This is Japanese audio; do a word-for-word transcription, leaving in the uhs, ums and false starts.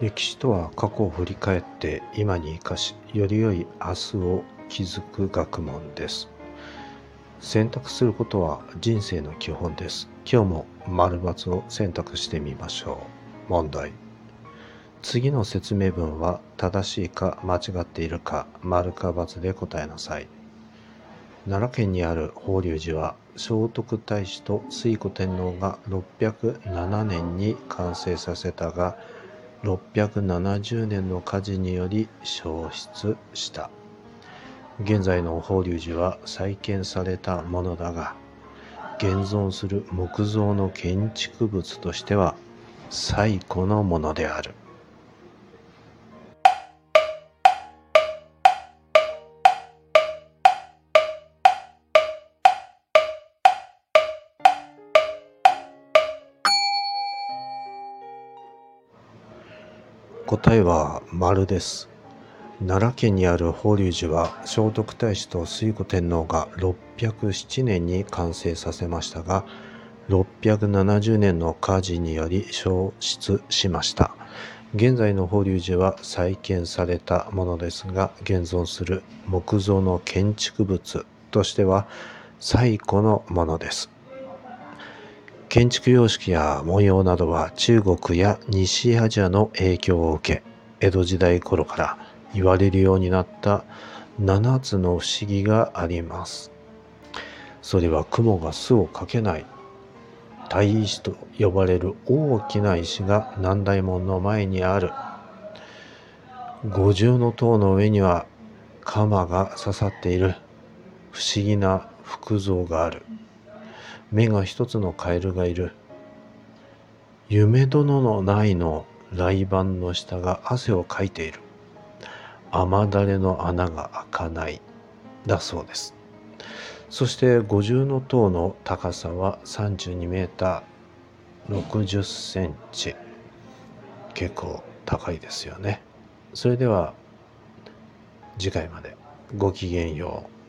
歴史とは過去を振り返って今に生かし、より良い明日を築く学問です。選択することは人生の基本です。今日も丸×を選択してみましょう。問題。次の説明文は正しいか間違っているか丸か×で答えなさい。奈良県にある法隆寺は聖徳太子と推古天皇がろっぴゃくななねんに完成させたが、ろっぴゃくななじゅうねんの火事により焼失した。現在の法隆寺は再建されたものだが、現存する木造の建築物としては最古のものである。答えは丸です。奈良県にある法隆寺は聖徳太子と推古天皇がろっぴゃくななねんに完成させましたが、ろっぴゃくななじゅうねんの火事により焼失しました。現在の法隆寺は再建されたものですが、現存する木造の建築物としては最古のものです。建築様式や文様などは中国や西アジアの影響を受け、江戸時代頃から言われるようになったななつの不思議があります。それは雲が巣をかけない大石と呼ばれる大きな石が南大門の前にある。五重塔の上には鎌が刺さっている不思議な福像がある。目が一つのカエルがいる。夢殿の内の雷板の下が汗をかいている。雨だれの穴が開かないだそうです。そして五重塔の高さはさんじゅうにメーターろくじゅっセンチ。結構高いですよね。それでは次回までごきげんよう。